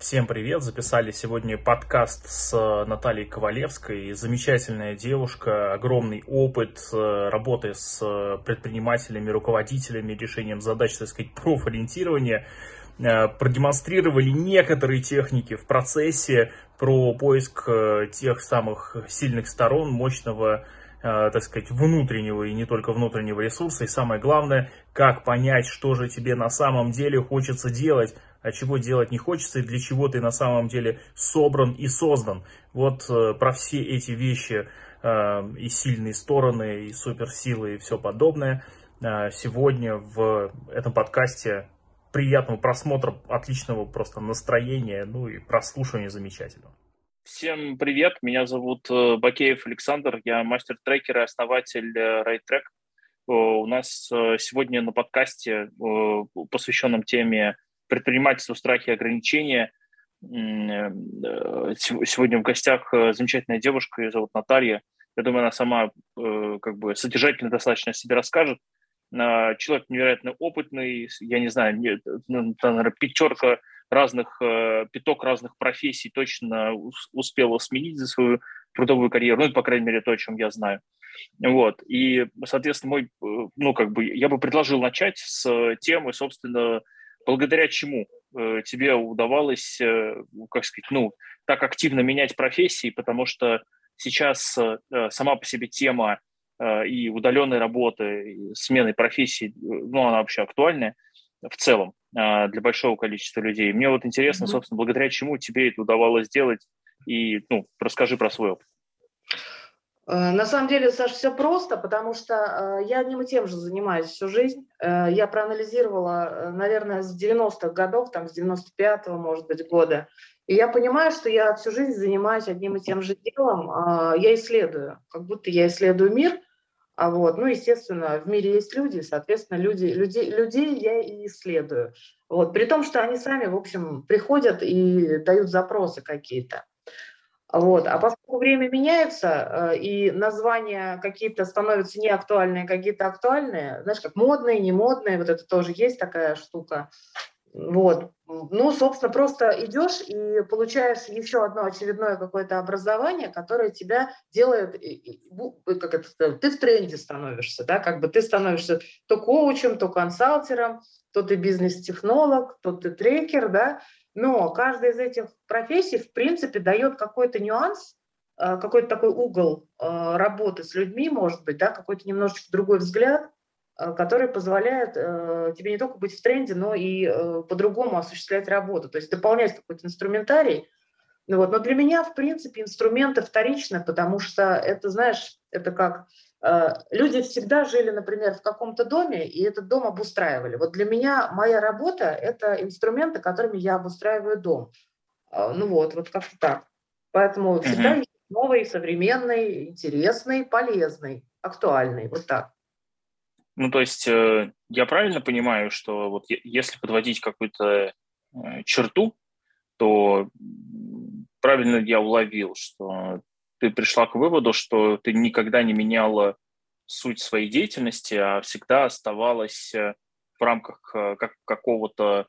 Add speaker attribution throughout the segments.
Speaker 1: Всем привет! Записали сегодня подкаст с Натальей Ковалевской. Замечательная девушка, огромный опыт работы с предпринимателями, руководителями, решением задач, так сказать, профориентирования. Продемонстрировали некоторые техники в процессе про поиск тех самых сильных сторон, мощного, так сказать, внутреннего и не только внутреннего ресурса. И самое главное, как понять, что же тебе на самом деле хочется делать, а чего делать не хочется и для чего ты на самом деле собран и создан. Вот про все эти вещи и сильные стороны, и суперсилы, и все подобное сегодня в этом подкасте. Приятного просмотра, отличного просто настроения, ну и прослушивания замечательного.
Speaker 2: Всем привет, меня зовут Бакеев Александр, я мастер трекер и основатель RideTrack. У нас сегодня на подкасте, посвященном теме предпринимательства, страхи и ограничения, сегодня в гостях замечательная девушка, ее зовут Наталья. Я думаю, она сама содержательно достаточно о себе расскажет. Человек невероятно опытный, я не знаю, наверное, пяток разных профессий точно успела сменить за свою трудовую карьеру, ну, по крайней мере, то, о чем я знаю. Вот. И, соответственно, я бы предложил начать с темы, собственно, благодаря чему тебе удавалось, так активно менять профессии, потому что сейчас сама по себе тема и удаленной работы, и смены профессии, она вообще актуальная в целом для большого количества людей. Мне вот интересно, собственно, благодаря чему тебе это удавалось сделать, и, расскажи про свой опыт.
Speaker 3: На самом деле, Саш, все просто, потому что я одним и тем же занимаюсь всю жизнь. Я проанализировала, наверное, с 90-х годов, там, с 95-го, может быть, года. И я понимаю, что я всю жизнь занимаюсь одним и тем же делом. Я исследую, как будто я исследую мир. Естественно, в мире есть люди, соответственно, людей я и исследую. Вот, при том, что они сами, в общем, приходят и дают запросы какие-то. Вот. А поскольку время меняется, и названия какие-то становятся неактуальные, какие-то актуальные, знаешь, как модные, не модные, вот это тоже есть такая штука. Вот. Собственно, просто идешь и получаешь еще одно очередное какое-то образование, которое тебя делает, ты в тренде становишься, да, ты становишься то коучем, то консалтером, то ты бизнес-технолог, то ты трекер, да, но каждая из этих профессий, в принципе, дает какой-то нюанс, какой-то такой угол работы с людьми, может быть, да, какой-то немножечко другой взгляд, который позволяет тебе не только быть в тренде, но и по-другому осуществлять работу, то есть дополнять какой-то инструментарий. Но для меня, в принципе, инструменты вторичны, потому что это, знаешь, это как люди всегда жили, например, в каком-то доме, и этот дом обустраивали. Вот для меня моя работа – это инструменты, которыми я обустраиваю дом. Вот как-то так. Поэтому всегда есть новый, современный, интересный, полезный, актуальный, вот так.
Speaker 2: То есть я правильно понимаю, что вот если подводить какую-то черту, то правильно я уловил, что ты пришла к выводу, что ты никогда не меняла суть своей деятельности, а всегда оставалась в рамках какого-то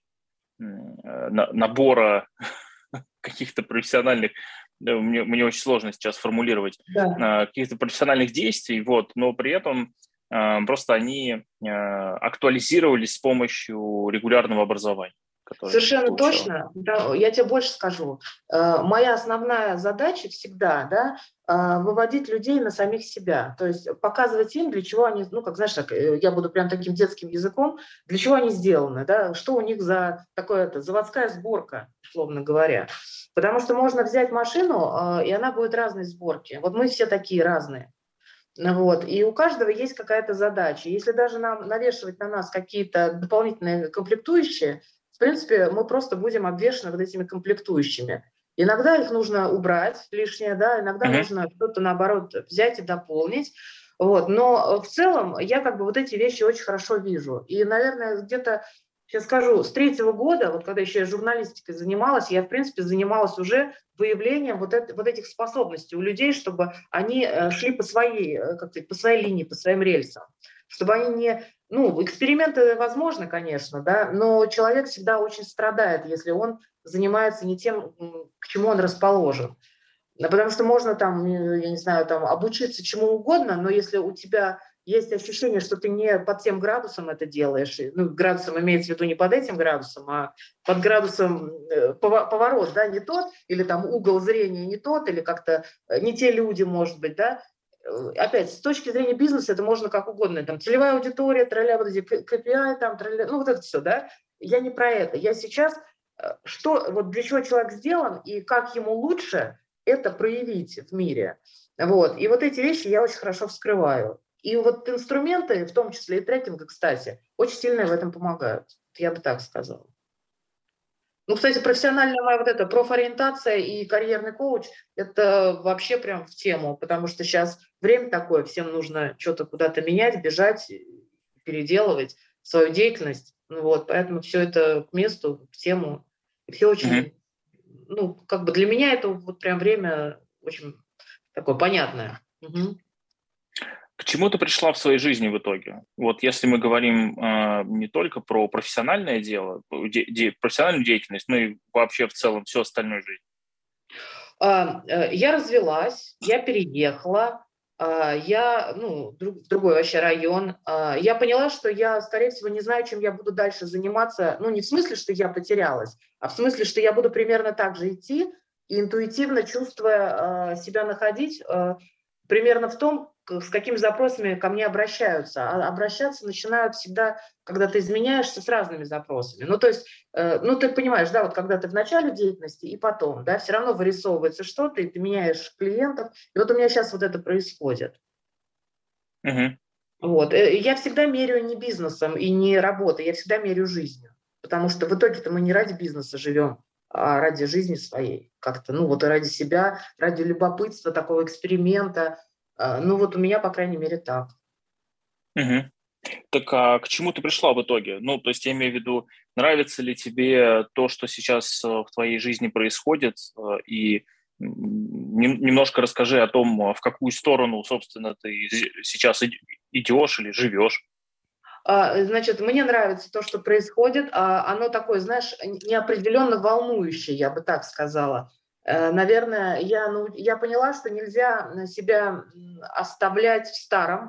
Speaker 2: набора каких-то профессиональных, мне очень сложно сейчас формулировать, каких-то профессиональных действий, но при этом просто они актуализировались с помощью регулярного образования.
Speaker 3: Совершенно точно. Да, я тебе больше скажу. Моя основная задача всегда, выводить людей на самих себя. То есть показывать им, для чего они, я буду прям таким детским языком, для чего они сделаны, да, что у них за заводская сборка, условно говоря. Потому что можно взять машину, и она будет разной сборки. Вот мы все такие разные. И у каждого есть какая-то задача. Если даже нам навешивать на нас какие-то дополнительные комплектующие, в принципе, мы просто будем обвешаны вот этими комплектующими. Иногда их нужно убрать лишнее, да, иногда нужно что-то, наоборот, взять и дополнить. Но в целом я вот эти вещи очень хорошо вижу. И, наверное, где-то, сейчас скажу, с 3-го года, когда еще я журналистикой занималась, я, в принципе, занималась уже выявлением вот этих способностей у людей, чтобы они шли по своей линии, по своим рельсам. чтобы они не... Ну, эксперименты возможны, конечно, да, но человек всегда очень страдает, если он занимается не тем, к чему он расположен. Да, потому что можно там, я не знаю, там обучиться чему угодно, но если у тебя есть ощущение, что ты не под тем градусом это делаешь, ну, градусом имеется в виду не под этим градусом, а под градусом поворот, да, не тот, или там угол зрения не тот, или как-то не те люди, может быть, да. Опять, с точки зрения бизнеса это можно как угодно, там, целевая аудитория, тролля, вот эти KPI, там, тролля, ну, вот это все, да. Я не про это. Я сейчас, что, вот для чего человек сделан и как ему лучше это проявить в мире. Вот. И вот эти вещи я очень хорошо вскрываю. И вот инструменты, в том числе и трекинга, кстати, очень сильно в этом помогают. Я бы так сказала. Ну, кстати, профессиональная моя вот эта профориентация и карьерный коуч, это вообще прям в тему, потому что сейчас время такое, всем нужно что-то куда-то менять, бежать, переделывать свою деятельность. Ну, вот, поэтому все это к месту, в тему. И все очень, ну, как бы для меня это вот прям время очень такое понятное. Угу.
Speaker 2: К чему ты пришла в своей жизни в итоге? Вот если мы говорим не только про профессиональное дело, профессиональную деятельность, но и вообще в целом всю остальную жизнь.
Speaker 3: Я развелась, я переехала, я, ну, в другой вообще район. Я поняла, что я, скорее всего, не знаю, чем я буду дальше заниматься. Ну, не в смысле, что я потерялась, а в смысле, что я буду примерно так же идти и интуитивно чувствуя себя находить примерно в том, с какими запросами ко мне обращаются. А обращаться начинают всегда, когда ты изменяешься с разными запросами. Ну, то есть, ну, ты понимаешь, да, вот когда ты в начале деятельности и потом, да, все равно вырисовывается что-то, и ты меняешь клиентов. И вот у меня сейчас вот это происходит.
Speaker 2: Угу.
Speaker 3: Вот. Я всегда меряю не бизнесом и не работой, я всегда меряю жизнью. Потому что в итоге-то мы не ради бизнеса живем, а ради жизни своей. Как-то, ну, вот и ради себя, ради любопытства, такого эксперимента. Ну, вот у меня, по крайней мере, так.
Speaker 2: Угу. Так а к чему ты пришла в итоге? Ну, то есть я имею в виду, нравится ли тебе то, что сейчас в твоей жизни происходит, и немножко расскажи о том, в какую сторону, собственно, ты сейчас идешь или живешь.
Speaker 3: Значит, мне нравится то, что происходит. Оно такое, знаешь, неопределенно волнующее, я бы так сказала. Наверное, я поняла, что нельзя себя оставлять в старом.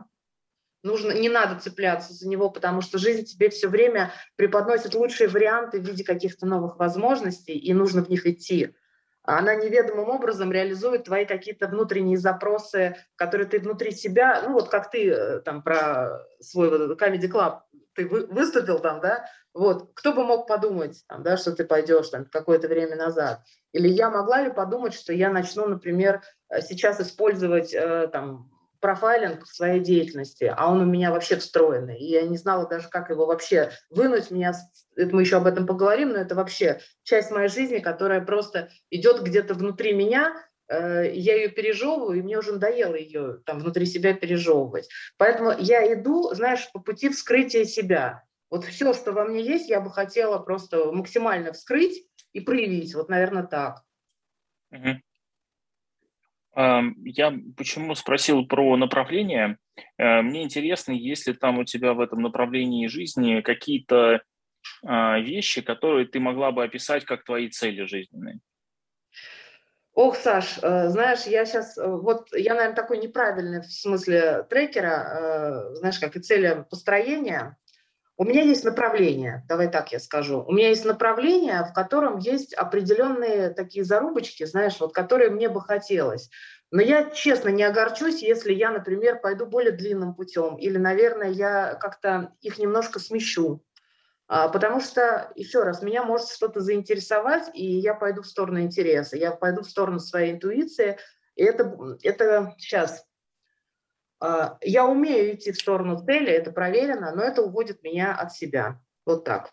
Speaker 3: Не надо цепляться за него, потому что жизнь тебе все время преподносит лучшие варианты в виде каких-то новых возможностей, и нужно в них идти. Она неведомым образом реализует твои какие-то внутренние запросы, которые ты внутри себя, ну вот как ты там про свой вот Comedy Club, ты выступил там, да, вот, кто бы мог подумать, там, да, что ты пойдешь там какое-то время назад. Или я могла ли подумать, что я начну, например, сейчас использовать там профайлинг в своей деятельности, а он у меня вообще встроенный. И я не знала даже, как его вообще вынуть. Это мы еще об этом поговорим, но это вообще часть моей жизни, которая просто идет где-то внутри меня, я ее пережевываю, и мне уже надоело ее там внутри себя пережевывать. Поэтому я иду, знаешь, по пути вскрытия себя. Вот все, что во мне есть, я бы хотела просто максимально вскрыть и проявить. Вот, наверное, так.
Speaker 2: Угу. Я почему спросил про направление? Мне интересно, есть ли там у тебя в этом направлении жизни какие-то вещи, которые ты могла бы описать как твои цели жизненные?
Speaker 3: Ох, Саш, знаешь, я сейчас, вот я, наверное, такой неправильный в смысле трекера, знаешь, как и цели построения. У меня есть направление, давай так я скажу. У меня есть направление, в котором есть определенные такие зарубочки, знаешь, вот которые мне бы хотелось. Но я, честно, не огорчусь, если я, например, пойду более длинным путем, или, наверное, я как-то их немножко смещу. Потому что, еще раз, меня может что-то заинтересовать, и я пойду в сторону интереса, я пойду в сторону своей интуиции. И это сейчас. Я умею идти в сторону цели, это проверено, но это уводит меня от себя. Вот так.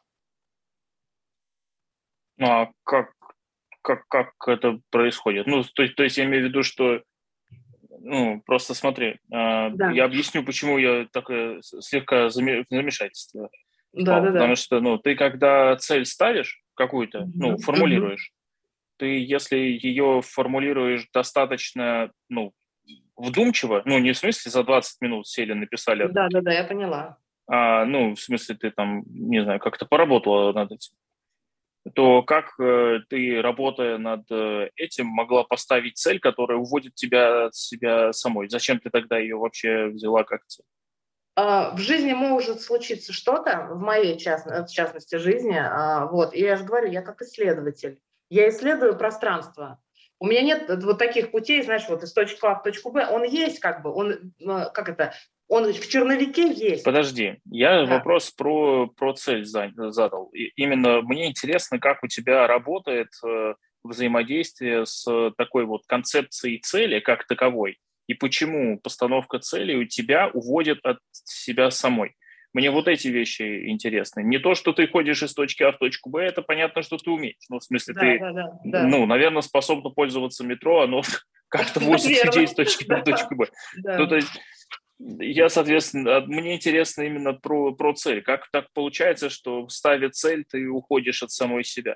Speaker 2: Ну, а как это происходит? Ну, то есть я имею в виду, что, ну, просто смотри,
Speaker 3: Да,
Speaker 2: я объясню, почему я такое слегка в замешательстве
Speaker 3: да,
Speaker 2: впал.
Speaker 3: да, да.
Speaker 2: Потому что, ну, ты когда цель ставишь какую-то, ну,
Speaker 3: Мгм, мгм.
Speaker 2: формулируешь, ты, если ее формулируешь достаточно, ну, вдумчиво, ну, не в смысле за 20 минут сели, написали,
Speaker 3: Да, я поняла.
Speaker 2: ну, в смысле ты там, не знаю, как-то поработала над этим, то как ты, работая над этим, могла поставить цель, которая уводит тебя от себя самой? Зачем ты тогда ее вообще взяла как цель?
Speaker 3: В жизни может случиться что-то, в моей в частности жизни, вот, и я же говорю, я как исследователь, я исследую пространство. У меня нет вот таких путей, знаешь, вот из точки А в точку Б, он есть как бы, как это, он в черновике есть.
Speaker 2: Подожди, я
Speaker 3: Да.
Speaker 2: вопрос про цель задал. И именно мне интересно, как у тебя работает взаимодействие с такой вот концепцией цели как таковой, и почему постановка цели у тебя уводит от себя самой. Мне вот эти вещи интересны. Не то, что ты ходишь из точки А в точку Б, это понятно, что ты умеешь. Ну, в смысле, ты,
Speaker 3: Да.
Speaker 2: ну, наверное, способна пользоваться метро, оно как-то возит людей из
Speaker 3: Наверное.
Speaker 2: точки А в точку Б. Ну,
Speaker 3: Да.
Speaker 2: то есть я, соответственно, мне интересно именно про цель. Как так получается, что ставя цель, ты уходишь от самой себя?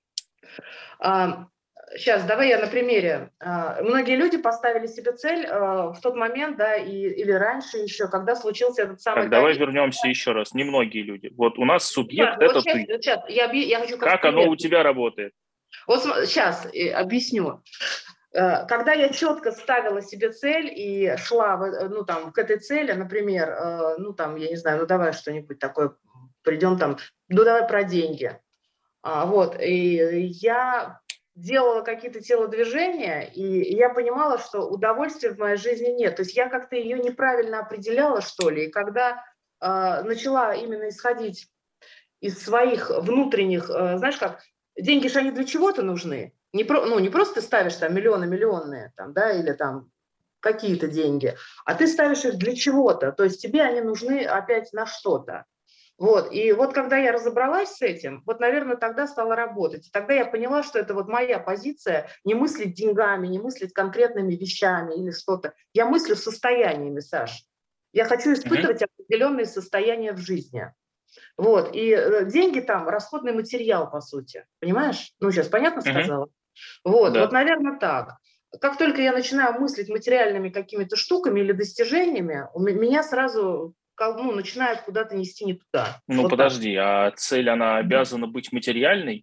Speaker 3: Сейчас, давай я на примере. Многие люди поставили себе цель в тот момент, да, или раньше еще, когда случился этот самый
Speaker 2: Так, давай
Speaker 3: ковид.
Speaker 2: вернемся еще раз. Немногие люди. Вот у нас субъект–
Speaker 3: Неважно, вот
Speaker 2: это ты.
Speaker 3: сейчас я хочу как
Speaker 2: Как оно
Speaker 3: пример.
Speaker 2: у тебя работает?
Speaker 3: Вот сейчас объясню. Когда я четко ставила себе цель и шла ну, там, к этой цели, например, ну там, я не знаю, ну давай что-нибудь такое, придем там, ну давай про деньги. Вот, и я делала какие-то телодвижения, и я понимала, что удовольствия в моей жизни нет. То есть я как-то ее неправильно определяла, что ли. И когда начала именно исходить из своих внутренних, знаешь как, деньги же они для чего-то нужны. Ну, не просто ты ставишь там миллионные, там, да, или там какие-то деньги, а ты ставишь их для чего-то. То есть тебе они нужны опять на что-то. Вот, и вот когда я разобралась с этим, вот, наверное, тогда стала работать. И тогда я поняла, что это вот моя позиция, не мыслить деньгами, не мыслить конкретными вещами или что-то. Я мыслю состояниями, Саш. Я хочу
Speaker 2: Мгм.
Speaker 3: испытывать определенные состояния в жизни. Вот, и деньги там расходный материал, по сути. Понимаешь? Ну, сейчас понятно
Speaker 2: Мгм.
Speaker 3: сказала? Вот,
Speaker 2: Да.
Speaker 3: наверное, так. Как только я начинаю мыслить материальными какими-то штуками или достижениями, меня сразу ну, начинает куда-то нести не туда.
Speaker 2: Ну,
Speaker 3: Вот так.
Speaker 2: подожди, а цель, она обязана быть материальной?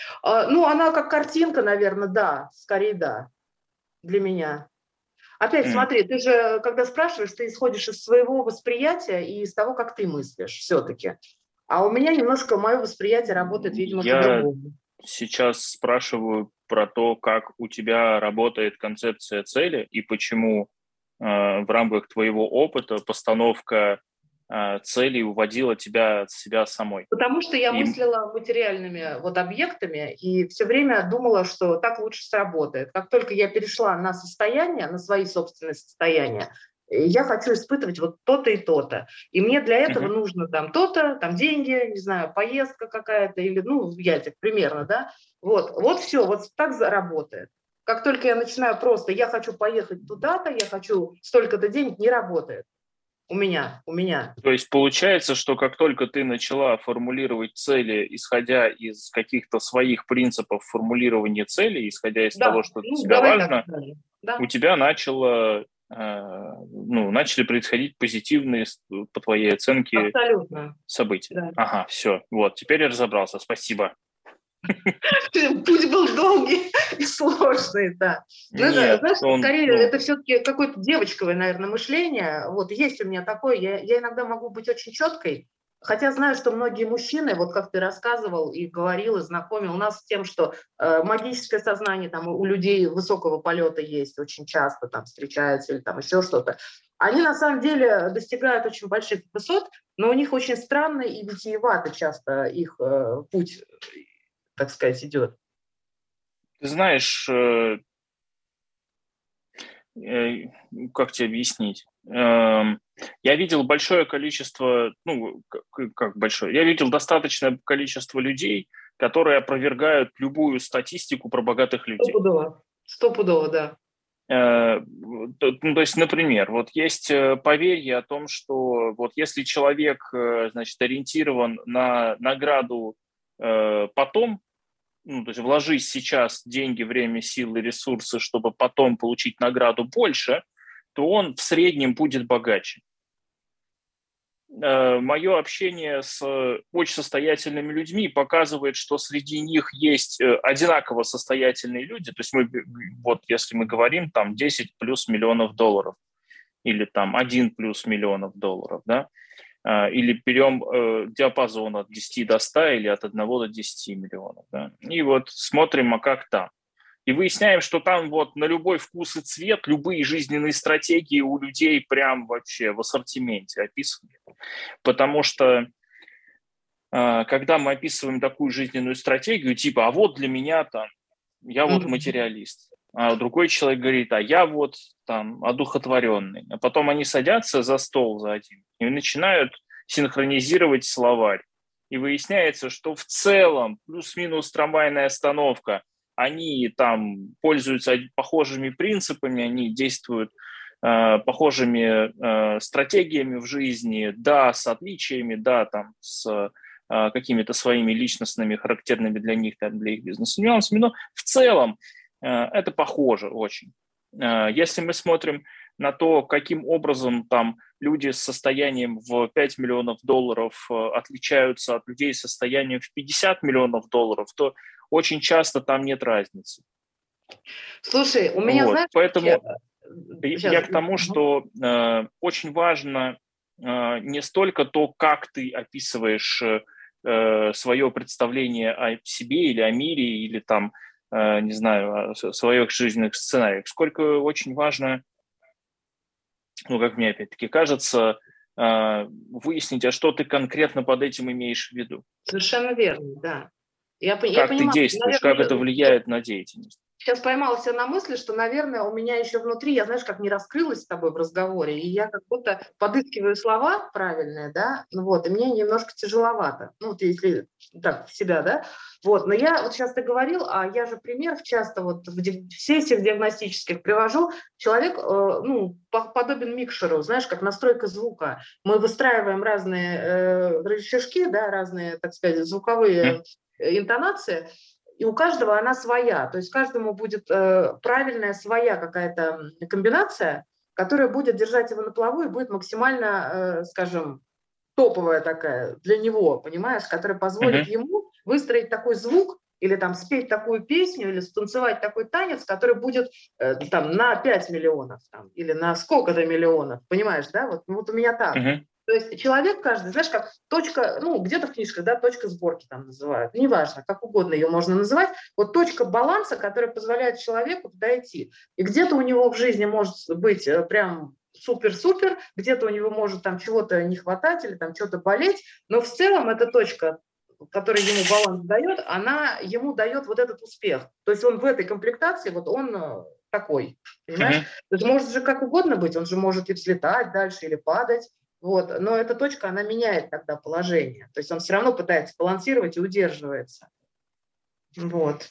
Speaker 3: Ну, она как картинка, наверное, да, скорее да, для меня. Опять
Speaker 2: М.
Speaker 3: смотри, ты же, когда спрашиваешь, ты исходишь из своего восприятия и из того, как ты мыслишь все-таки. А у меня немножко мое восприятие работает, видимо,
Speaker 2: Я
Speaker 3: по-другому.
Speaker 2: сейчас спрашиваю про то, как у тебя работает концепция цели и почему в рамках твоего опыта постановка целей уводила тебя от себя самой.
Speaker 3: Потому что я
Speaker 2: И
Speaker 3: мыслила материальными вот объектами и все время думала, что так лучше сработает. Как только я перешла на состояние, на свои собственные состояния, я хочу испытывать вот то-то и то-то. И мне для этого
Speaker 2: Мгм.
Speaker 3: нужно там то-то, там деньги, не знаю, поездка какая-то, или, ну, я тебе примерно, да. Вот все, вот так заработает. Как только я начинаю просто, я хочу поехать туда-то, я хочу столько-то денег, не работает. У меня.
Speaker 2: То есть получается, что как только ты начала формулировать цели, исходя из каких-то своих принципов формулирования целей, исходя из того,
Speaker 3: Да,
Speaker 2: что для
Speaker 3: ну,
Speaker 2: тебя
Speaker 3: давай так
Speaker 2: важно,
Speaker 3: скажем.
Speaker 2: у
Speaker 3: Да,
Speaker 2: тебя ну, начали происходить позитивные, по твоей оценке,
Speaker 3: абсолютно.
Speaker 2: события.
Speaker 3: Да.
Speaker 2: Ага, все, вот, теперь я разобрался, спасибо.
Speaker 3: Путь был долгий и сложный, да. Но это,
Speaker 2: Нет,
Speaker 3: знаешь,
Speaker 2: он,
Speaker 3: скорее,
Speaker 2: ну,
Speaker 3: это все-таки какое-то девочковое, наверное, мышление. Вот есть у меня такое, я иногда могу быть очень четкой, хотя знаю, что многие мужчины, вот как ты рассказывал и говорил, и знакомил нас с тем, что магическое сознание там у людей высокого полета есть, очень часто там встречаются или там еще что-то. Они на самом деле достигают очень больших высот, но у них очень странный и витиевато часто их путь, так сказать, идет.
Speaker 2: ты знаешь, э, как тебе объяснить? Я видел большое количество, ну, как большое, я видел достаточное количество людей, которые опровергают любую статистику про богатых людей.
Speaker 3: Стопудово. Стопудово, да.
Speaker 2: Ну, то есть, например, вот есть поверье о том, что вот если человек, значит, ориентирован на награду потом, ну, то есть вложись сейчас деньги, время, силы, ресурсы, чтобы потом получить награду больше, то он в среднем будет богаче. Мое общение с очень состоятельными людьми показывает, что среди них есть одинаково состоятельные люди. То есть вот если мы говорим там 10 плюс миллионов долларов или там 1 плюс миллионов долларов, да, или берем диапазон от 10 до 100 или от 1 до 10 миллионов. Да, и вот смотрим, а как там. И выясняем, что там вот на любой вкус и цвет любые жизненные стратегии у людей прям вообще в ассортименте описаны. Потому что когда мы описываем такую жизненную стратегию, типа, а вот для меня там, я вот материалист, а другой человек говорит, а я вот там одухотворенный. А потом они садятся за стол за один и начинают синхронизировать словарь. И выясняется, что в целом плюс-минус трамвайная остановка, они там пользуются похожими принципами, они действуют похожими стратегиями в жизни, да, с отличиями, да, там, с какими-то своими личностными, характерными для них, там, для их бизнеса нюансами, но в целом это похоже очень. Если мы смотрим на то, каким образом там люди с состоянием в 5 миллионов долларов отличаются от людей с состоянием в 50 миллионов долларов, то очень часто там нет разницы.
Speaker 3: Слушай, у меня,
Speaker 2: вот.
Speaker 3: знаешь,
Speaker 2: Поэтому
Speaker 3: сейчас...
Speaker 2: я к тому, что очень важно не столько то, как ты описываешь свое представление о себе или о мире, или там, не знаю, о своих жизненных сценариях, сколько очень важно, ну, как мне опять-таки кажется, выяснить, а что ты конкретно под этим имеешь в виду.
Speaker 3: Совершенно верно, да. Я
Speaker 2: как
Speaker 3: понимаю,
Speaker 2: ты действуешь,
Speaker 3: наверное,
Speaker 2: как это влияет на деятельность.
Speaker 3: Сейчас поймала себя на мысли, что, наверное, у меня еще внутри, я, знаешь, как не раскрылась с тобой в разговоре, и я как будто подыскиваю слова правильные, да, вот, и мне немножко тяжеловато, ну, вот если так, себя, да, вот, но я, вот сейчас ты говорил, а я же пример часто вот в сессиях диагностических привожу, человек, ну, подобен микшеру, знаешь, как настройка звука, мы выстраиваем разные рычажки, да, разные, так сказать, звуковые интонации, и у каждого она своя, то есть каждому будет правильная своя какая-то комбинация, которая будет держать его на плаву и будет максимально, скажем, топовая такая для него, понимаешь, которая позволит ему выстроить такой звук или там спеть такую песню или станцевать такой танец, который будет там на 5 миллионов там, или на сколько-то миллионов, понимаешь, да? Вот, ну, вот у меня так. То есть человек каждый, знаешь, как точка, ну, где-то в книжках, да, точка сборки там называют, неважно, как угодно ее можно называть, вот точка баланса, которая позволяет человеку туда идти. И где-то у него в жизни может быть прям супер-супер, где-то у него может там чего-то не хватать или там что-то болеть, но в целом эта точка, которая ему баланс дает, она ему дает вот этот успех. То есть он в этой комплектации, вот он такой, понимаешь? То есть может же как угодно быть, он же может и взлетать дальше или падать. Вот. Но эта точка, она меняет тогда положение. То есть он все равно пытается балансировать и удерживается. Вот.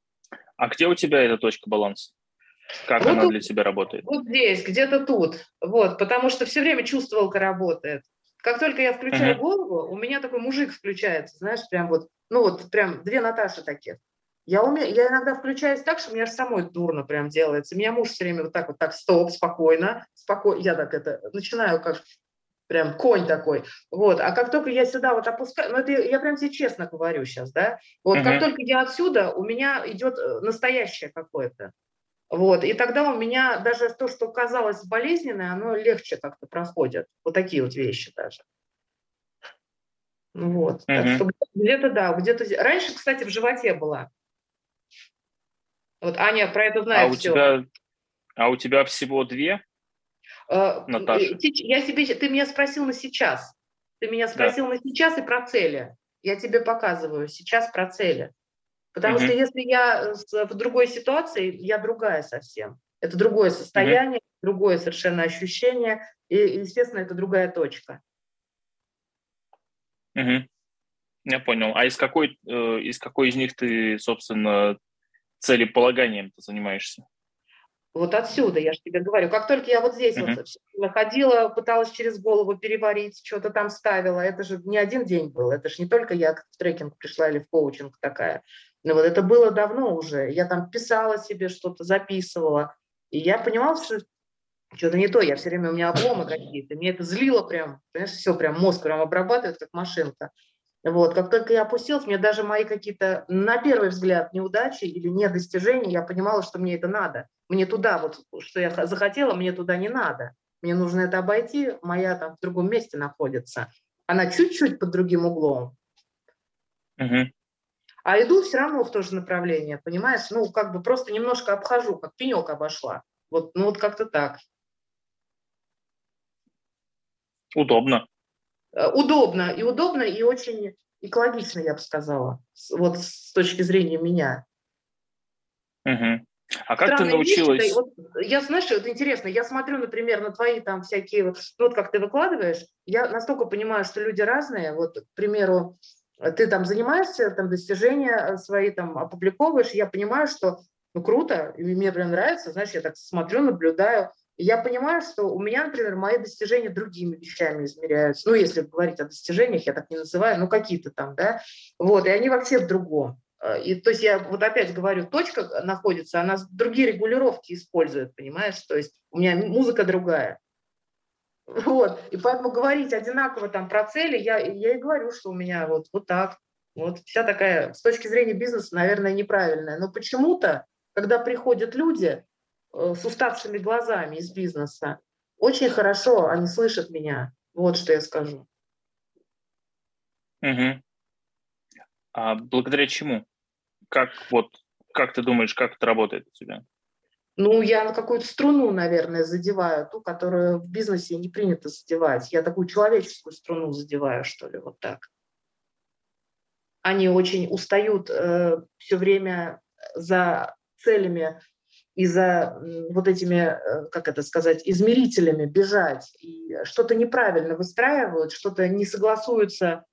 Speaker 2: А где у тебя эта точка баланса? Как
Speaker 3: вот
Speaker 2: она
Speaker 3: тут,
Speaker 2: для тебя работает?
Speaker 3: Вот здесь, где-то тут. Вот. Потому что все время чувствовалка работает. Как только я включаю голову, у меня такой мужик включается, знаешь, прям вот, ну вот прям две Наташи таких. Я иногда включаюсь так, что мне аж самой дурно прям делается. Меня муж все время вот так, стоп, спокойно. Я так это начинаю как прям конь такой. Вот. А как только я сюда вот опускаю, ну это я прям тебе честно говорю сейчас, да, вот как только я отсюда, у меня идет настоящее какое-то. Вот. И тогда у меня даже то, что казалось болезненное, оно легче как-то проходит. Вот такие вот вещи даже. Вот. Так что где-то да, где-то... Раньше, кстати, в животе была. Вот Аня про это знает все.
Speaker 2: А у тебя всего две? Наташа.
Speaker 3: Ты меня спросил на сейчас. Ты меня спросил на сейчас и про цели. Я тебе показываю сейчас про цели. Потому что если я в другой ситуации, я другая совсем. Это другое состояние, другое совершенно ощущение. И, естественно, это другая точка.
Speaker 2: Я понял. А из какой из них ты, собственно, целеполаганием ты занимаешься?
Speaker 3: Вот отсюда, я же тебе говорю. Как только я вот здесь вот ходила, пыталась через голову переварить, что-то там ставила, это же не один день был, это же не только я в трекинг пришла или в коучинг такая. Но вот это было давно уже. Я там писала себе что-то, записывала. И я понимала, что что-то не то, я все время, у меня обломы какие-то, мне это злило прям, понимаешь, все прям, мозг прям обрабатывает, как машинка. Вот, как только я опустилась, мне даже мои какие-то, на первый взгляд, неудачи или недостижения, я понимала, что мне это надо. Мне туда, вот, что я захотела, мне туда не надо. Мне нужно это обойти, моя там в другом месте находится. Она чуть-чуть под другим углом,
Speaker 2: Мгм.
Speaker 3: а иду все равно в то же направление, понимаешь? Ну, как бы просто немножко обхожу, как пенек обошла. Вот, ну, вот как-то так.
Speaker 2: Удобно.
Speaker 3: Удобно и очень экологично, я бы сказала, вот с точки зрения меня.
Speaker 2: Мгм. А как ты
Speaker 3: Странные вещи-то,
Speaker 2: научилась?
Speaker 3: вот я, знаешь, это интересно, я смотрю, например, на твои там всякие, вот как ты выкладываешь, я настолько понимаю, что люди разные, вот, к примеру, ты там занимаешься, там достижения свои там опубликовываешь, я понимаю, что, ну, круто, и мне прям нравится, знаешь, я так смотрю, наблюдаю, и я понимаю, что у меня, например, мои достижения другими вещами измеряются, ну, если говорить о достижениях, я так не называю, ну, какие-то там, да, вот, и они вообще в другом. И, то есть я вот опять говорю, точка находится, она другие регулировки использует, понимаешь? То есть у меня музыка другая. Вот. И поэтому говорить одинаково там про цели, я и говорю, что у меня вот так. Вот вся такая, с точки зрения бизнеса, наверное, неправильная. Но почему-то, когда приходят люди с уставшими глазами из бизнеса, очень хорошо они слышат меня. Вот что я скажу.
Speaker 2: Мгм. А благодаря чему? Как вот, как ты думаешь, как это работает у тебя?
Speaker 3: Ну, я на какую-то струну, наверное, задеваю, ту, которую в бизнесе не принято задевать. Я такую человеческую струну задеваю, что ли, вот так. Они очень устают все время за целями и за вот этими, как это сказать, измерителями бежать. И что-то неправильно выстраивают, что-то не согласуются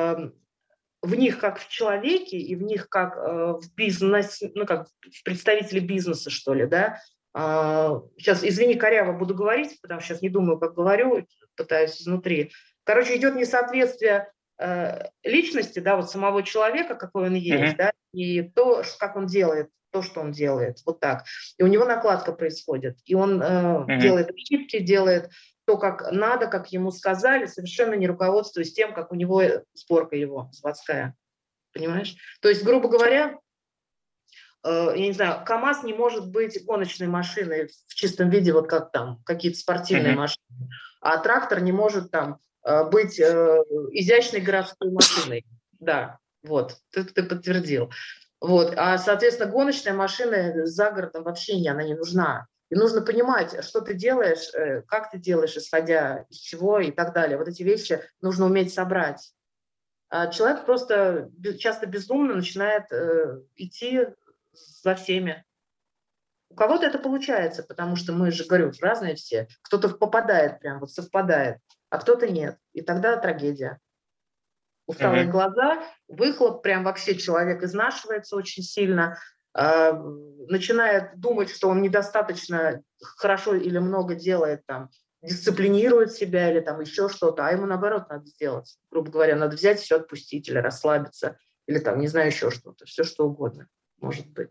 Speaker 3: в них как в человеке и в них как в бизнесе, ну как в представителе бизнеса, что ли, да. Сейчас, извини, коряво буду говорить, потому что сейчас не думаю, как говорю, пытаюсь изнутри. Короче, идет несоответствие личности, да, вот самого человека, какой он есть,
Speaker 2: Мгм.
Speaker 3: да, и то, как он делает, то, что он делает, вот так. И у него накладка происходит, и он
Speaker 2: Мгм.
Speaker 3: делает ошибки, делает то, как надо, как ему сказали, совершенно не руководствуясь тем, как у него сборка его заводская. Понимаешь? То есть, грубо говоря, я не знаю, КАМАЗ не может быть гоночной машиной в чистом виде, вот как там какие-то спортивные
Speaker 2: Мгм.
Speaker 3: машины, а трактор не может там быть изящной городской машиной. Да, вот, ты подтвердил. Вот. А, соответственно, гоночная машина за городом вообще она не нужна. И нужно понимать, что ты делаешь, как ты делаешь, исходя из чего и так далее. Вот эти вещи нужно уметь собрать. А человек просто часто безумно начинает идти за всеми. У кого-то это получается, потому что мы же, говорю, разные все. Кто-то попадает прям, вот совпадает, а кто-то нет. И тогда трагедия. Усталые
Speaker 2: Мгм.
Speaker 3: глаза, выхлоп, прям вообще человек изнашивается очень сильно, начинает думать, что он недостаточно хорошо или много делает, там, дисциплинирует себя или там еще что-то, а ему наоборот надо сделать. Грубо говоря, надо взять все отпустить или расслабиться, или там, не знаю, еще что-то, все что угодно может быть.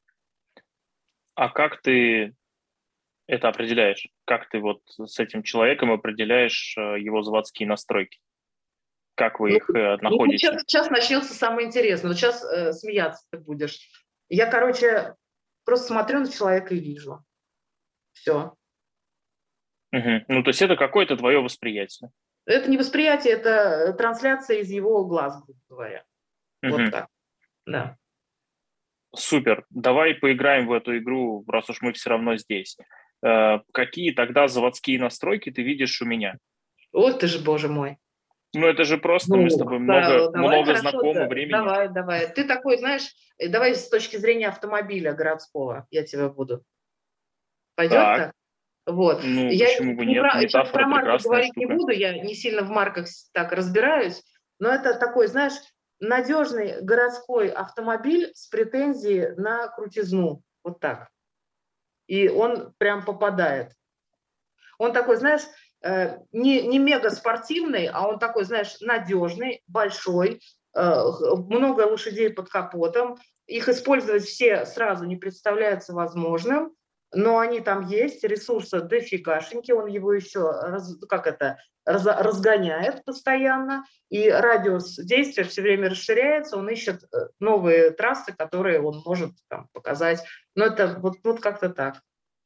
Speaker 2: А как ты это определяешь? Как ты вот с этим человеком определяешь его заводские настройки? Как вы
Speaker 3: Ну,
Speaker 2: их
Speaker 3: вот
Speaker 2: находите?
Speaker 3: сейчас начнется самое интересное. Вот сейчас смеяться ты будешь. Я, короче, просто смотрю на человека и вижу. Все.
Speaker 2: Мгм. Ну, то есть это какое-то твое восприятие.
Speaker 3: Это не восприятие, это трансляция из его глаз, грубо говоря. Вот
Speaker 2: Мгм.
Speaker 3: так. Да.
Speaker 2: Супер. Давай поиграем в эту игру, раз уж мы все равно здесь. Какие тогда заводские настройки ты видишь у меня?
Speaker 3: Вот ты же, боже мой.
Speaker 2: Ну, это же просто мы с
Speaker 3: Ну,
Speaker 2: тобой много,
Speaker 3: да, давай,
Speaker 2: много
Speaker 3: хорошо,
Speaker 2: знакомы времени.
Speaker 3: давай. Ты такой, знаешь, давай с точки зрения автомобиля городского я тебя буду. Пойдет
Speaker 2: Так,
Speaker 3: так? Вот.
Speaker 2: ну
Speaker 3: Я
Speaker 2: почему бы нет?
Speaker 3: сейчас
Speaker 2: Метафора
Speaker 3: про марки
Speaker 2: прекрасная
Speaker 3: говорить не
Speaker 2: штука.
Speaker 3: буду, я не сильно в марках так разбираюсь, но это такой, знаешь, надежный городской автомобиль с претензией на крутизну. Вот так. И он прям попадает. Он такой, знаешь, не мега спортивный, а он такой, знаешь, надежный, большой, много лошадей под капотом. Их использовать все сразу не представляется возможным. но они там есть, ресурсы дофигашеньки, он его еще разгоняет постоянно, и радиус действия все время расширяется, он ищет новые трассы, которые он может там показать. Но это вот как-то так.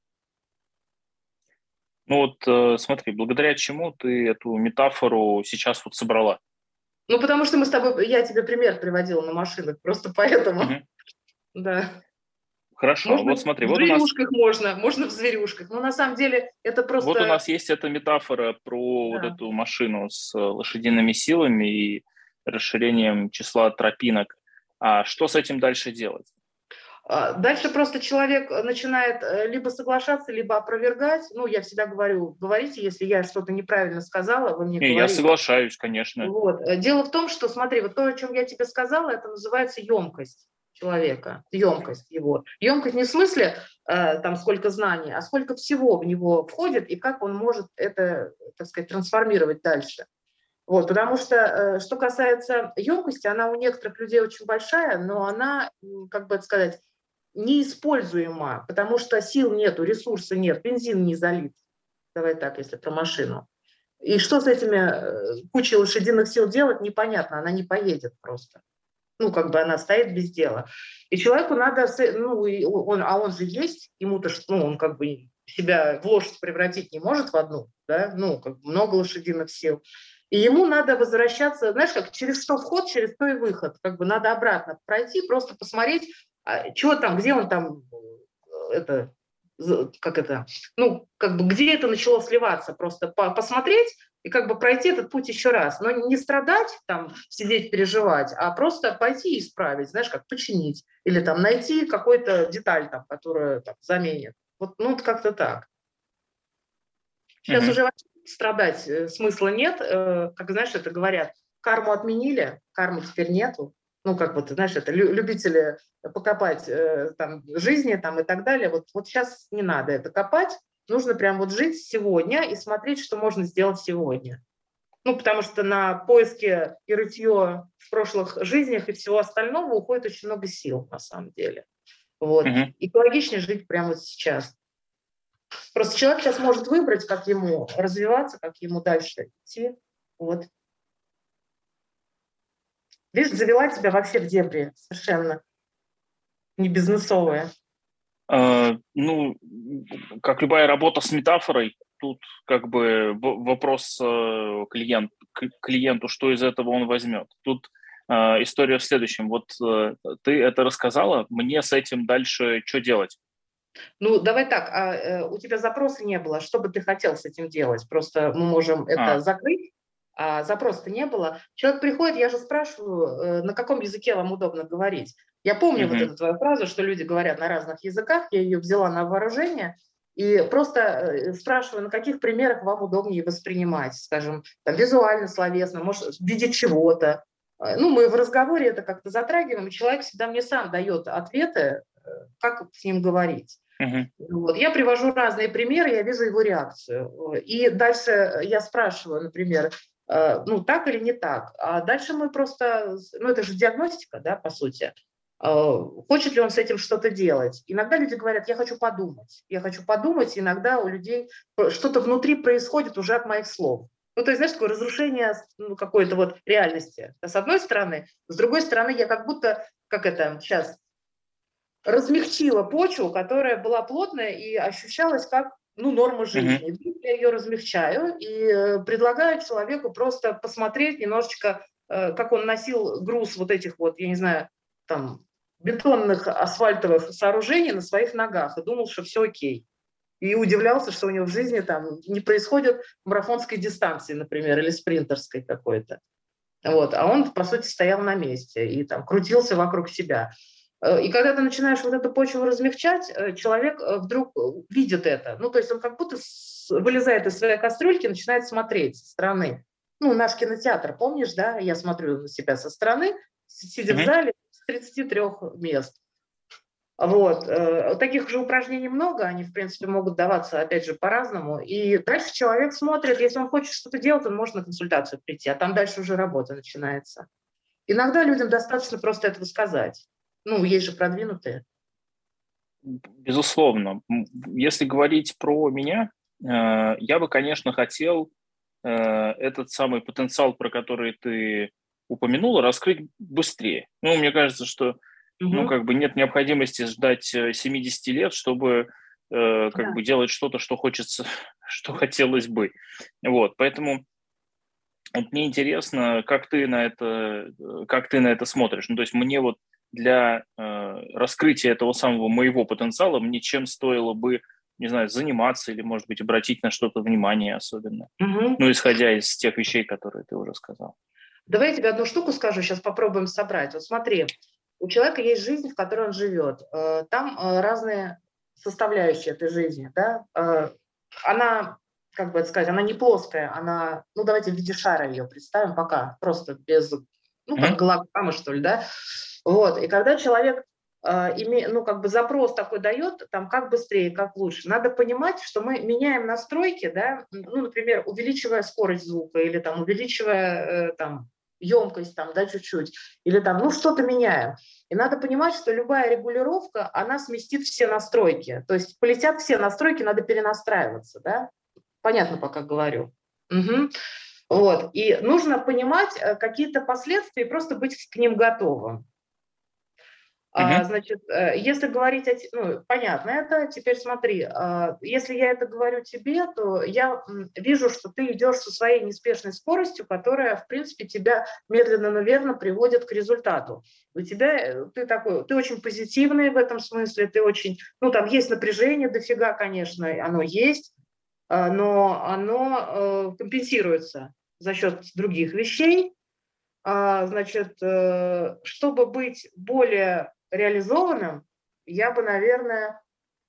Speaker 2: Ну вот смотри, благодаря чему ты эту метафору сейчас вот собрала?
Speaker 3: Ну, потому что я тебе пример приводила на машинах, просто поэтому, да.
Speaker 2: Хорошо,
Speaker 3: Можно
Speaker 2: вот смотри,
Speaker 3: в зверюшках, можно в зверюшках. Но на самом деле это
Speaker 2: вот у
Speaker 3: просто...
Speaker 2: нас есть эта метафора про вот
Speaker 3: Да.
Speaker 2: эту машину с лошадиными силами и расширением числа тропинок. А что с этим дальше делать?
Speaker 3: Дальше просто человек начинает либо соглашаться, либо опровергать. Ну, я всегда говорю, говорите, если я что-то неправильно сказала, вы мне
Speaker 2: Не, я
Speaker 3: говорите.
Speaker 2: соглашаюсь, конечно.
Speaker 3: Вот. Дело в том, что, смотри, вот то, о чем я тебе сказала, это называется емкость человека, емкость его. Емкость не в смысле там сколько знаний, а сколько всего в него входит и как он может это, так сказать, трансформировать дальше. Вот, потому что, что касается емкости, она у некоторых людей очень большая, но она, как бы это сказать, неиспользуема, потому что сил нету, ресурса нет, бензин не залит. Давай так, если про машину. И что с этими кучей лошадиных сил делать, непонятно, она не поедет просто. Ну, как бы она стоит без дела. И человеку надо, ну, он же есть, ему-то, ну, он как бы себя в лошадь превратить не может в одну, да, ну, как бы много лошадиных сил. И ему надо возвращаться, знаешь, как через что вход, через то и выход. Как бы надо обратно пройти, просто посмотреть, чего там, где он там, это, как это, ну, как бы где это начало сливаться, просто посмотреть и как бы пройти этот путь еще раз. Но не страдать, там, сидеть, переживать, а просто пойти и исправить, знаешь, как починить. Или там найти какую-то деталь, там, которая там, заменит. Вот, ну, вот как-то так. Сейчас
Speaker 2: Мгм.
Speaker 3: уже вообще страдать смысла нет. Как, знаешь, это говорят, карму отменили, кармы теперь нету. Ну, как вот, знаешь, это любители покопать там, жизни там, и так далее. Вот сейчас не надо это копать. Нужно прям вот жить сегодня и смотреть, что можно сделать сегодня. Ну, потому что на поиски и рытье в прошлых жизнях и всего остального уходит очень много сил, на самом деле. Вот.
Speaker 2: Мгм.
Speaker 3: Экологичнее жить прямо вот сейчас. Просто человек сейчас может выбрать, как ему развиваться, как ему дальше идти. Вот. Видишь, завела тебя вообще в дебри, совершенно не бизнесовая.
Speaker 2: Ну, как любая работа с метафорой, тут как бы вопрос клиенту, что из этого он возьмет. Тут история в следующем. Вот ты это рассказала, мне с этим дальше что делать?
Speaker 3: Ну, давай так, у тебя запроса не было, что бы ты хотел с этим делать? Просто мы можем это
Speaker 2: А,
Speaker 3: закрыть, а запроса не было. Человек приходит, я же спрашиваю, на каком языке вам удобно говорить. Я помню вот
Speaker 2: мгм,
Speaker 3: эту твою фразу, что люди говорят на разных языках, я ее взяла на вооружение, и просто спрашиваю, на каких примерах вам удобнее воспринимать, скажем, там, визуально, словесно, может, в виде чего-то. Ну, мы в разговоре это как-то затрагиваем, и человек всегда мне сам дает ответы, как с ним говорить.
Speaker 2: мгм,
Speaker 3: Вот. Я привожу разные примеры, я вижу его реакцию. И дальше я спрашиваю, например, ну, так или не так. А дальше мы просто, ну, это же диагностика, да, по сути. Хочет ли он с этим что-то делать? Иногда люди говорят, я хочу подумать. Я хочу подумать, иногда у людей что-то внутри происходит уже от моих слов. Ну, то есть, знаешь, такое разрушение ну, какой-то вот реальности. С одной стороны. С другой стороны, я как будто, как это сейчас, размягчила почву, которая была плотная и ощущалась как ну, норма
Speaker 2: мгм.
Speaker 3: жизни. Я ее размягчаю и предлагаю человеку просто посмотреть немножечко, как он носил груз вот этих вот, я не знаю, там, бетонных асфальтовых сооружений на своих ногах и думал, что все окей. И удивлялся, что у него в жизни там не происходит марафонской дистанции, например, или спринтерской какой-то. Вот. А он, по сути, стоял на месте и там крутился вокруг себя. И когда ты начинаешь вот эту почву размягчать, человек вдруг видит это. Ну, то есть он как будто вылезает из своей кастрюльки и начинает смотреть со стороны. Ну, наш кинотеатр, помнишь, да? Я смотрю на себя со стороны, сидя в
Speaker 2: Мгм.
Speaker 3: зале с 33 мест. Вот. Таких же упражнений много, они, в принципе, могут даваться, опять же, по-разному. И дальше человек смотрит, если он хочет что-то делать, он может на консультацию прийти, а там дальше уже работа начинается. Иногда людям достаточно просто этого сказать. Ну, есть же продвинутые.
Speaker 2: Безусловно. Если говорить про меня, я бы, конечно, хотел этот самый потенциал, про который ты упомянула, раскрыть быстрее. Ну, мне кажется, что как бы нет необходимости ждать 70 лет, чтобы как бы делать что-то, что хочется, что хотелось бы. Вот, поэтому вот мне интересно, как ты на это смотришь. Ну, то есть мне вот для раскрытия этого самого моего потенциала, мне чем стоило бы, не знаю, заниматься или, может быть, обратить на что-то внимание особенно. Ну, исходя из тех вещей, которые ты уже сказал.
Speaker 3: Давай я тебе одну штуку скажу, сейчас попробуем собрать. Вот смотри, у человека есть жизнь, в которой он живет. Там разные составляющие этой жизни. Да? Она, как бы это сказать, она не плоская, она, ну давайте в виде шара ее представим пока, просто без, ну как голограмма, что ли, да? Вот, и когда человек ну, как бы запрос такой дает, там, как быстрее, как лучше. Надо понимать, что мы меняем настройки, да, ну, например, увеличивая скорость звука или там увеличивая там емкость, там, да, чуть-чуть, или там, ну, что-то меняем. И надо понимать, что любая регулировка, она сместит все настройки. То есть полетят все настройки, надо перенастраиваться, да. Понятно, пока говорю. Угу. Вот. И нужно понимать какие-то последствия и просто быть к ним готовым. Значит, если говорить, ну, понятно это, теперь смотри, если я это говорю тебе, то я вижу, что ты идешь со своей неспешной скоростью, которая, в принципе, тебя медленно, но верно приводит к результату. У тебя, ты очень позитивный в этом смысле, ты очень, ну, там есть напряжение дофига, конечно, оно есть, но оно компенсируется за счет других вещей. Значит, чтобы быть более реализованным, я бы, наверное,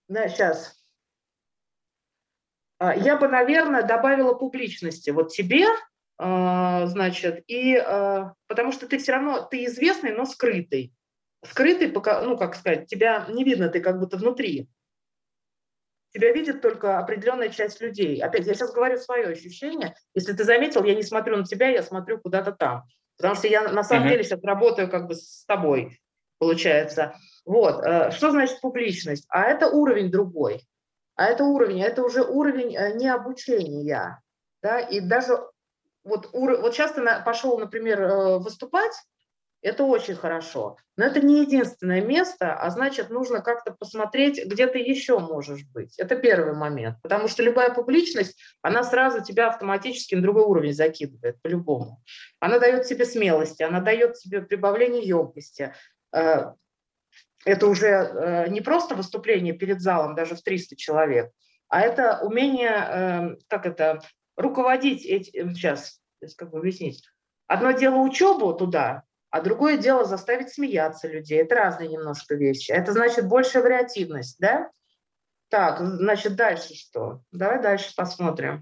Speaker 3: добавила публичности вот тебе, значит, и потому что ты все равно, ты известный, но скрытый. Скрытый, ну, как сказать, тебя не видно, ты как будто внутри. Тебя видит только определенная часть людей. Опять, я сейчас говорю свое ощущение. Если ты заметил, я не смотрю на тебя, я смотрю куда-то там. Потому что я на самом деле сейчас работаю как бы с тобой, получается. Вот. Что значит публичность? А это уровень другой. Это уже уровень не обучения. Да? И даже вот сейчас ты пошел, например, выступать, это очень хорошо. Но это не единственное место, а значит, нужно как-то посмотреть, где ты еще можешь быть. Это первый момент. Потому что любая публичность, она сразу тебя автоматически на другой уровень закидывает, по-любому. Она дает тебе смелости, она дает тебе прибавление емкости. Это уже не просто выступление перед залом, даже в 300 человек, а это умение, руководить этим. Сейчас как бы объяснить. Одно дело учебу туда, а другое дело заставить смеяться людей. Это разные немножко вещи. Это значит большая вариативность, да? Так, значит, дальше что? Давай дальше посмотрим.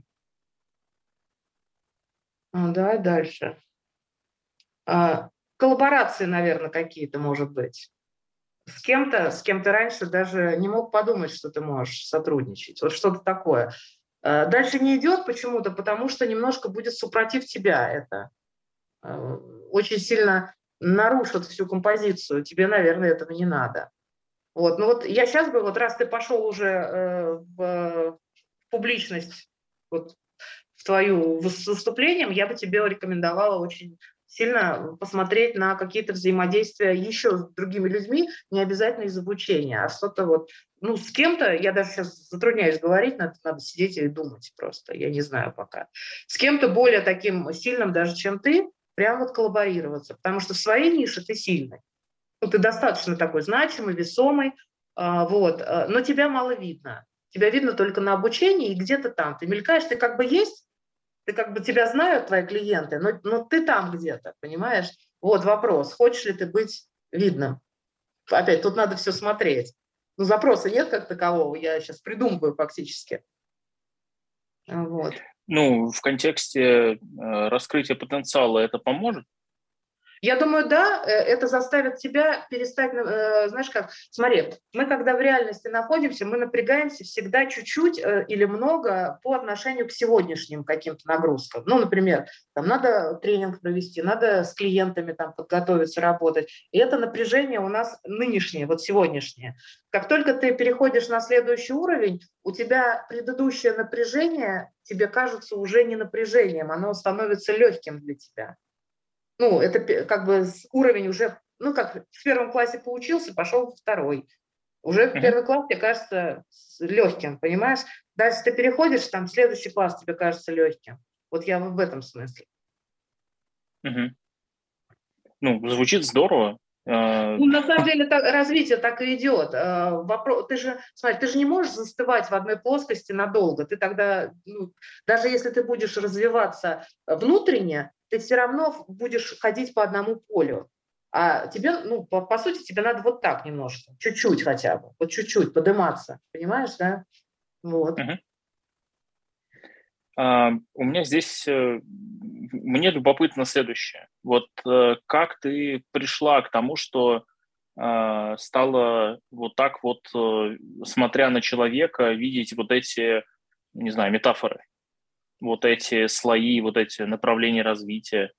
Speaker 3: Давай дальше. Коллаборации, наверное, какие-то, может быть. С кем-то раньше даже не мог подумать, что ты можешь сотрудничать. Вот что-то такое. Дальше не идет почему-то, потому что немножко будет супротив тебя это. Очень сильно нарушит всю композицию. Тебе, наверное, этого не надо. Вот. Ну вот я сейчас бы, вот раз ты пошел уже в публичность, вот, в твою выступлением, я бы тебе рекомендовала очень сильно посмотреть на какие-то взаимодействия еще с другими людьми, не обязательно из обучения, а что-то вот, ну, с кем-то, я даже сейчас затрудняюсь говорить, надо сидеть и думать просто, я не знаю пока. С кем-то более таким сильным даже, чем ты, прям вот коллаборироваться, потому что в своей нише ты сильный. Ну, ты достаточно такой значимый, весомый, вот, но тебя мало видно. Тебя видно только на обучении и где-то там. Ты мелькаешь, ты как бы есть, ты как бы тебя знают твои клиенты, но ты там где-то, понимаешь? Вот вопрос, хочешь ли ты быть видным? Опять, тут надо все смотреть. Ну, запроса нет как такового, я сейчас придумываю фактически. Вот.
Speaker 2: Ну, в контексте раскрытия потенциала это поможет?
Speaker 3: Я думаю, да, это заставит тебя перестать, знаешь как, смотри, мы когда в реальности находимся, мы напрягаемся всегда чуть-чуть или много по отношению к сегодняшним каким-то нагрузкам. Ну, например, там надо тренинг провести, надо с клиентами там подготовиться, работать. И это напряжение у нас нынешнее, вот сегодняшнее. Как только ты переходишь на следующий уровень, у тебя предыдущее напряжение тебе кажется уже не напряжением, оно становится легким для тебя. Ну, это как бы уровень уже, ну, как в первом классе поучился, пошел в второй. Уже в первый класс тебе кажется легким, понимаешь? Дальше ты переходишь, там, в следующий класс тебе кажется легким. Вот я в этом смысле.
Speaker 2: Ну, звучит здорово.
Speaker 3: Ну, на самом деле развитие так и идет. Смотри, ты же не можешь застывать в одной плоскости надолго. Ты тогда, даже если ты будешь развиваться внутренне, ты все равно будешь ходить по одному полю. А тебе, по сути, тебе надо вот так немножко, чуть-чуть хотя бы, вот чуть-чуть подниматься, понимаешь, да? Вот.
Speaker 2: У меня здесь, мне любопытно следующее. Вот как ты пришла к тому, что стала вот так вот, смотря на человека, видеть вот эти, не знаю, метафоры, вот эти слои, вот эти направления развития?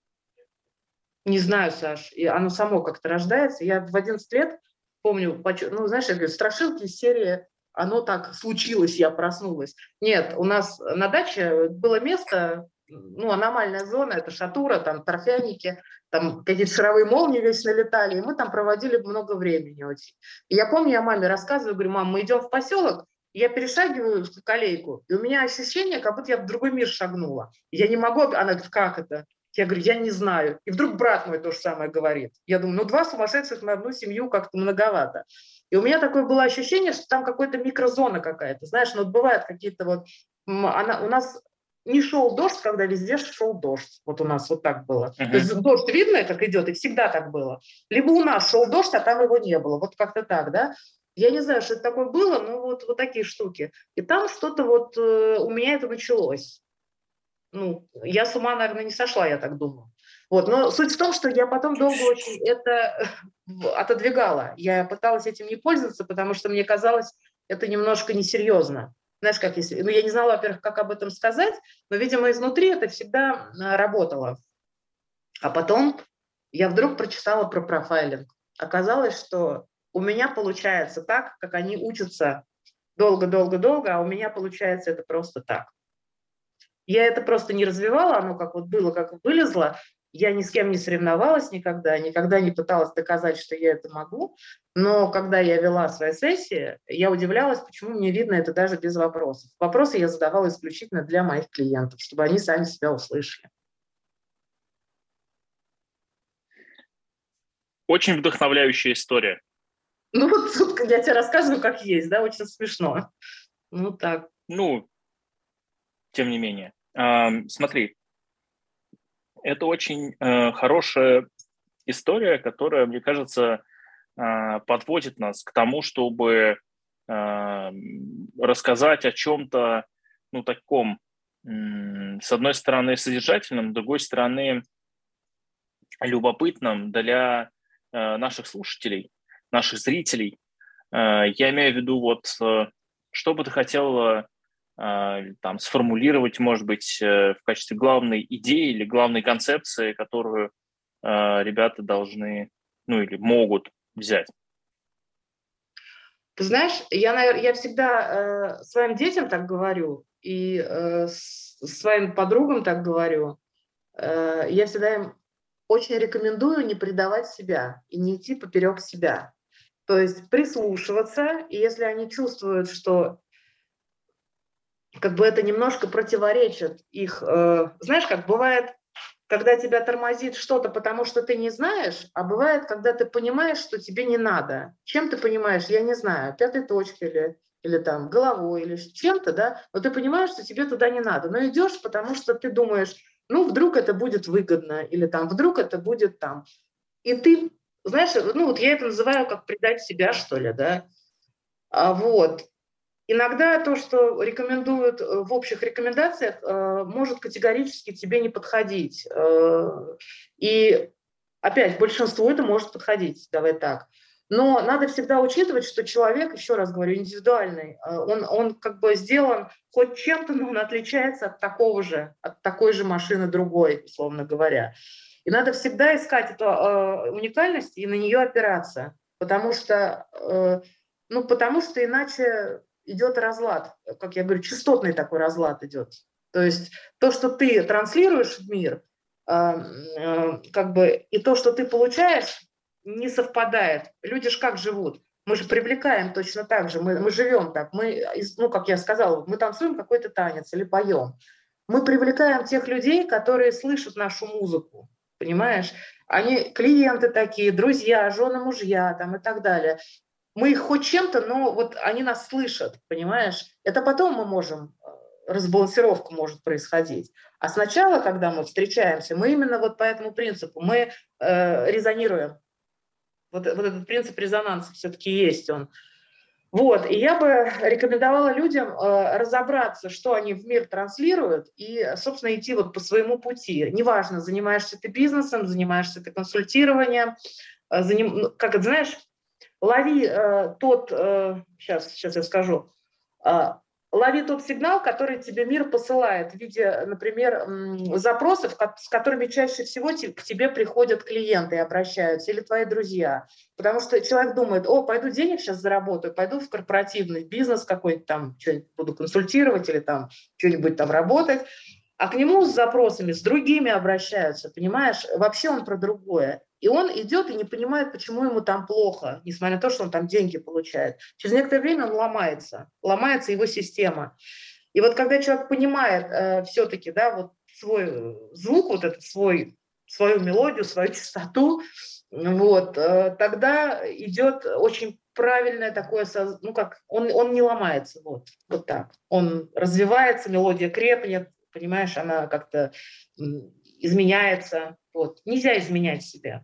Speaker 3: Не знаю, Саш, и оно само как-то рождается. Я в 11 лет помню, знаешь, я говорю, страшилки из серии «Оно так случилось, я проснулась». Нет, у нас на даче было место, аномальная зона, это шатура, там торфяники, там какие-то шаровые молнии вечно летали, и мы там проводили много времени очень. И я помню, я маме рассказываю, говорю: мам, мы идем в поселок, я перешагиваю в скалейку, и у меня ощущение, как будто я в другой мир шагнула. Я не могу, она говорит: как это? Я говорю: я не знаю. И вдруг брат мой то же самое говорит. Я думаю, 2 сумасшедших на одну семью как-то многовато. И у меня такое было ощущение, что там какая-то микрозона какая-то. Знаешь, вот бывают какие-то вот... у нас не шел дождь, когда везде шел дождь. Вот у нас вот так было. То есть дождь видно, как идет, и всегда так было. Либо у нас шел дождь, а там его не было. Вот как-то так, да? Я не знаю, что это такое было, но вот такие штуки. И там что-то вот у меня это началось. Я с ума, наверное, не сошла, я так думаю. Вот. Но суть в том, что я потом долго очень это отодвигала. Я пыталась этим не пользоваться, потому что мне казалось, это немножко несерьезно. Знаешь, как если... я не знала, во-первых, как об этом сказать, но, видимо, изнутри это всегда работало. А потом я вдруг прочитала про профайлинг. Оказалось, что у меня получается так, как они учатся долго-долго-долго, а у меня получается это просто так. Я это просто не развивала, оно как вот было, как вылезло. Я ни с кем не соревновалась никогда не пыталась доказать, что я это могу. Но когда я вела свои сессии, я удивлялась, почему мне видно это даже без вопросов. Вопросы я задавала исключительно для моих клиентов, чтобы они сами себя услышали.
Speaker 2: Очень вдохновляющая история.
Speaker 3: Вот тут я тебе рассказываю, как есть, да, очень смешно. Так.
Speaker 2: Тем не менее. Смотри, это очень хорошая история, которая, мне кажется, подводит нас к тому, чтобы рассказать о чем-то, таком, с одной стороны, содержательном, с другой стороны, любопытном для наших слушателей, наших зрителей. Я имею в виду, вот, что бы ты хотела сформулировать, может быть, в качестве главной идеи или главной концепции, которую ребята должны, или могут взять?
Speaker 3: Ты знаешь, я всегда своим детям так говорю, и своим подругам так говорю. Я всегда им очень рекомендую не предавать себя и не идти поперек себя. То есть прислушиваться, и если они чувствуют, что как бы это немножко противоречит их... знаешь, как бывает, когда тебя тормозит что-то, потому что ты не знаешь, а бывает, когда ты понимаешь, что тебе не надо. Чем ты понимаешь, я не знаю, пятой точкой или там головой, или чем-то, да, но ты понимаешь, что тебе туда не надо. Но идешь, потому что ты думаешь, вдруг это будет выгодно, или там, вдруг это будет там. И ты, знаешь, вот я это называю как предать себя, что ли, да. Вот. Иногда то, что рекомендуют в общих рекомендациях, может категорически тебе не подходить. И Опять, большинству это может подходить, давай так. Но надо всегда учитывать, что человек, еще раз говорю, индивидуальный. Он как бы сделан хоть чем-то, но он отличается от такого же, от такой же машины другой, условно говоря. И надо всегда искать эту уникальность и на нее опираться, потому что иначе идет разлад, как я говорю, частотный такой разлад идет. То есть то, что ты транслируешь в мир, как бы и то, что ты получаешь, не совпадает. Люди же как живут? Мы же привлекаем точно так же, мы живем так. Как я сказала, мы танцуем какой-то танец или поем. Мы привлекаем тех людей, которые слышат нашу музыку, понимаешь? Они клиенты такие, друзья, жены, мужья там, и так далее. Мы их хоть чем-то, но вот они нас слышат, понимаешь? Это потом мы можем, разбалансировка может происходить. А сначала, когда мы встречаемся, мы именно вот по этому принципу, мы резонируем. Вот этот принцип резонанса все-таки есть он. Вот, и я бы рекомендовала людям разобраться, что они в мир транслируют, и, собственно, идти вот по своему пути. Неважно, занимаешься ты бизнесом, занимаешься ты консультированием, как это, знаешь, лови сейчас я скажу, лови тот сигнал, который тебе мир посылает в виде, например, запросов, с которыми чаще всего к тебе приходят клиенты и обращаются, или твои друзья. Потому что человек думает, пойду денег сейчас заработаю, пойду в корпоративный бизнес какой-то там, что-нибудь буду консультировать или там что-нибудь там работать. А к нему с запросами, с другими обращаются, понимаешь? Вообще он про другое. И он идет и не понимает, почему ему там плохо, несмотря на то, что он там деньги получает. Через некоторое время он ломается его система. И вот когда человек понимает все-таки, да, вот свой звук, вот этот свою мелодию, свою частоту, вот, тогда идет очень правильное такое, он не ломается, вот так. Он развивается, мелодия крепнет, понимаешь, она как-то изменяется. Вот. Нельзя изменять себя.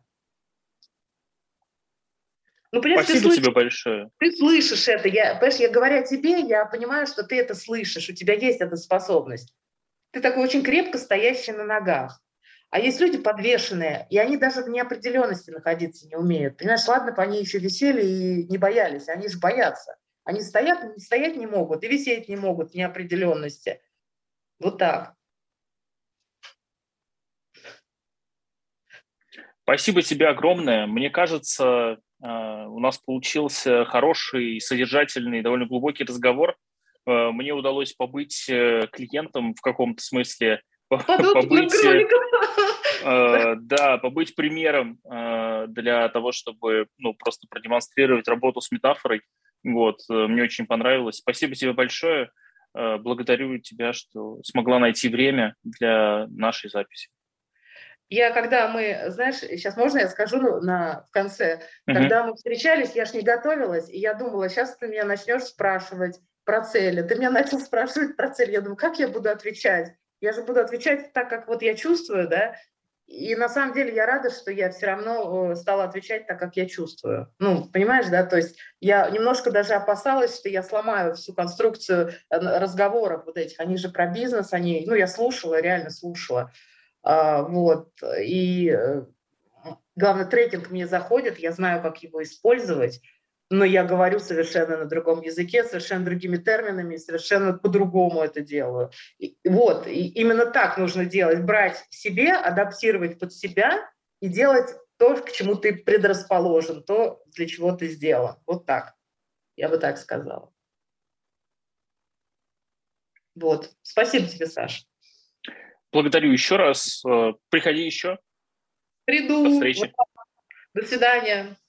Speaker 2: Понимаешь, спасибо тебе большое.
Speaker 3: Ты слышишь это. Я говоря тебе, я понимаю, что ты это слышишь, у тебя есть эта способность. Ты такой очень крепко стоящий на ногах. А есть люди подвешенные, и они даже в неопределенности находиться не умеют. Понимаешь, ладно бы они еще висели и не боялись, они же боятся. Они стоять не могут и висеть не могут в неопределенности. Вот так.
Speaker 2: Спасибо тебе огромное. Мне кажется, у нас получился хороший, содержательный, довольно глубокий разговор. Мне удалось побыть клиентом в каком-то смысле, побыть примером для того, чтобы просто продемонстрировать работу с метафорой. Вот, мне очень понравилось. Спасибо тебе большое. Благодарю тебя, что смогла найти время для нашей записи.
Speaker 3: Знаешь, сейчас можно я скажу в конце? Когда мы встречались, я ж не готовилась, и я думала, сейчас ты меня начнешь спрашивать про цели. Ты меня начал спрашивать про цели. Я думаю, как я буду отвечать? Я же буду отвечать так, как вот я чувствую, да? И на самом деле я рада, что я все равно стала отвечать так, как я чувствую. Понимаешь, да? То есть я немножко даже опасалась, что я сломаю всю конструкцию разговоров вот этих. Они же про бизнес, я слушала, реально слушала. Вот. И главное, трекинг мне заходит, я знаю, как его использовать, но я говорю совершенно на другом языке, совершенно другими терминами, совершенно по-другому это делаю. И именно так нужно делать, брать себе, адаптировать под себя и делать то, к чему ты предрасположен, то, для чего ты сделан. Вот так. Я бы так сказала. Вот. Спасибо тебе, Саша.
Speaker 2: Благодарю еще раз. Приходи еще.
Speaker 3: Приду.
Speaker 2: До встречи.
Speaker 3: До свидания.